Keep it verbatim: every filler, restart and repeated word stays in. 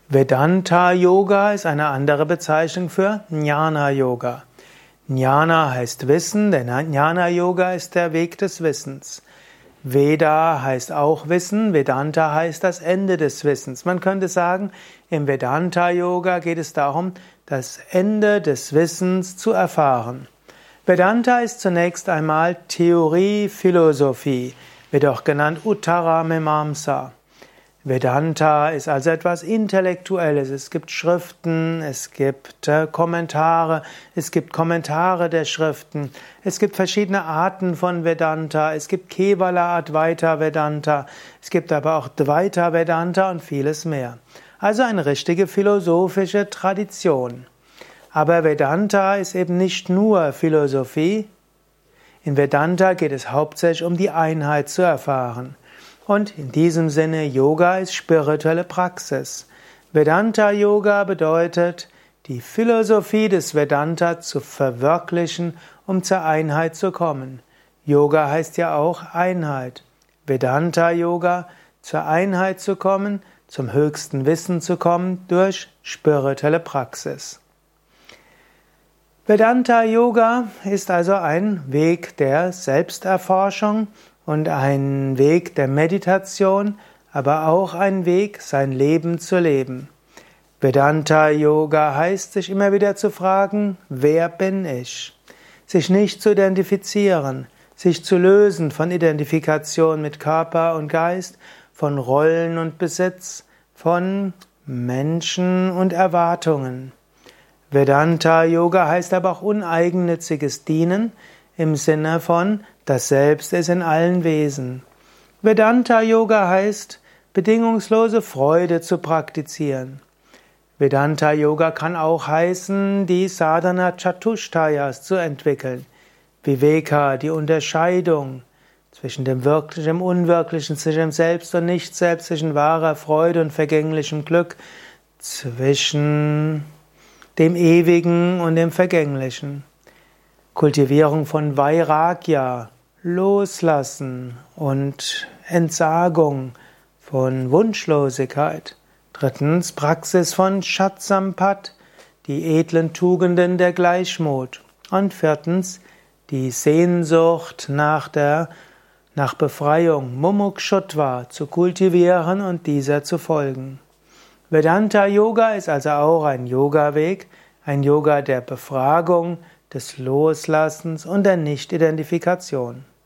Vedanta Yoga ist eine andere Bezeichnung für Jnana Yoga. Jnana heißt Wissen, denn Jnana Yoga ist der Weg des Wissens. Veda heißt auch Wissen, Vedanta heißt das Ende des Wissens. Man könnte sagen, im Vedanta Yoga geht es darum, das Ende des Wissens zu erfahren. Vedanta ist zunächst einmal Theorie, Philosophie, wird auch genannt Uttara Mimamsa. Vedanta ist also etwas Intellektuelles. Es gibt Schriften, es gibt äh, Kommentare, es gibt Kommentare der Schriften, es gibt verschiedene Arten von Vedanta, es gibt Kevala Advaita Vedanta, es gibt aber auch Dvaita Vedanta und vieles mehr. Also eine richtige philosophische Tradition. Aber Vedanta ist eben nicht nur Philosophie. In Vedanta geht es hauptsächlich um die Einheit zu erfahren. Und in diesem Sinne, Yoga ist spirituelle Praxis. Vedanta Yoga bedeutet, die Philosophie des Vedanta zu verwirklichen, um zur Einheit zu kommen. Yoga heißt ja auch Einheit. Vedanta Yoga, zur Einheit zu kommen, zum höchsten Wissen zu kommen durch spirituelle Praxis. Vedanta Yoga ist also ein Weg der Selbsterforschung und ein Weg der Meditation, aber auch ein Weg, sein Leben zu leben. Vedanta Yoga heißt, sich immer wieder zu fragen, wer bin ich? Sich nicht zu identifizieren, sich zu lösen von Identifikation mit Körper und Geist, von Rollen und Besitz, von Menschen und Erwartungen. Vedanta Yoga heißt aber auch uneigennütziges Dienen im Sinne von das Selbst ist in allen Wesen. Vedanta Yoga heißt bedingungslose Freude zu praktizieren. Vedanta Yoga kann auch heißen, die Sadhana Chatushtayas zu entwickeln. Viveka, die Unterscheidung zwischen dem Wirklichen, dem Unwirklichen, zwischen dem Selbst und Nicht-Selbst, zwischen wahrer Freude und vergänglichem Glück, zwischen dem Ewigen und dem Vergänglichen. Kultivierung von Vairagya, Loslassen und Entsagung von Wunschlosigkeit. Drittens, Praxis von Shatsampat, die edlen Tugenden der Gleichmut. Und viertens, die Sehnsucht nach der nach Befreiung, Mumukshutva, zu kultivieren und dieser zu folgen. Vedanta Yoga ist also auch ein Yoga-Weg, ein Yoga der Befragung, des Loslassens und der Nicht-Identifikation.